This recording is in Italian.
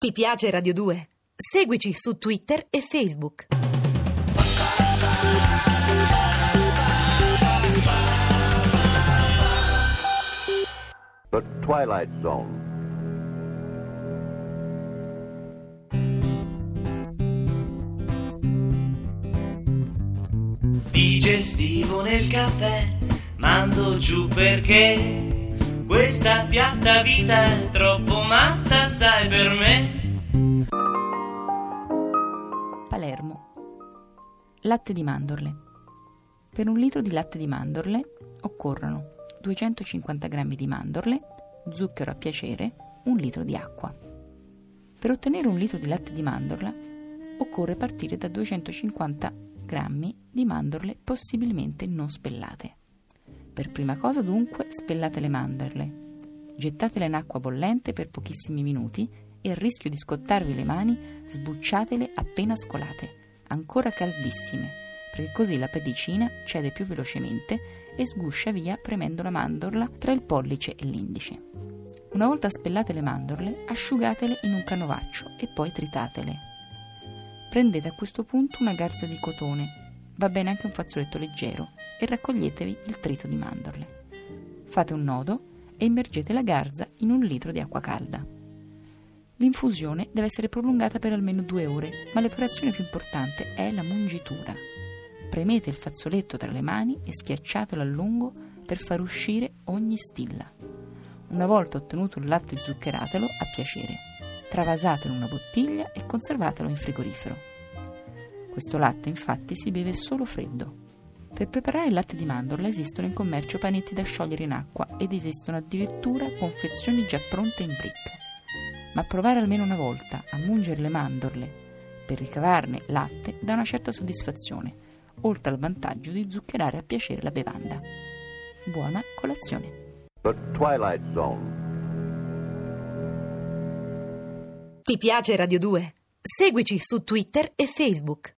Ti piace Radio 2? Seguici su Twitter e Facebook. The Twilight Zone. Digestivo nel caffè, mando giù perché questa piatta vita è troppo matta, sai, per me. Palermo. Latte di mandorle. Per un litro di latte di mandorle occorrono 250 g di mandorle, zucchero a piacere, 1 litro di acqua. Per ottenere un litro di latte di mandorla occorre partire da 250 g di mandorle possibilmente non spellate. Per prima cosa dunque spellate le mandorle, gettatele in acqua bollente per pochissimi minuti e a rischio di scottarvi le mani sbucciatele appena scolate, ancora caldissime, perché così la pellicina cede più velocemente e sguscia via premendo la mandorla tra il pollice e l'indice. Una volta spellate le mandorle, asciugatele in un canovaccio e poi tritatele. Prendete a questo punto una garza di cotone, va bene anche un fazzoletto leggero, e raccoglietevi il trito di mandorle. Fate un nodo e immergete la garza in 1 litro di acqua calda. L'infusione deve essere prolungata per almeno 2 ore, ma l'operazione più importante è la mungitura. Premete il fazzoletto tra le mani e schiacciatelo a lungo per far uscire ogni stilla. Una volta ottenuto il latte, zuccheratelo a piacere. Travasatelo in una bottiglia e conservatelo in frigorifero. Questo latte infatti si beve solo freddo. Per preparare il latte di mandorla esistono in commercio panetti da sciogliere in acqua ed esistono addirittura confezioni già pronte in brick. Ma provare almeno una volta a mungere le mandorle per ricavarne latte dà una certa soddisfazione, oltre al vantaggio di zuccherare a piacere la bevanda. Buona colazione. The Twilight Zone. Ti piace Radio 2? Seguici su Twitter e Facebook.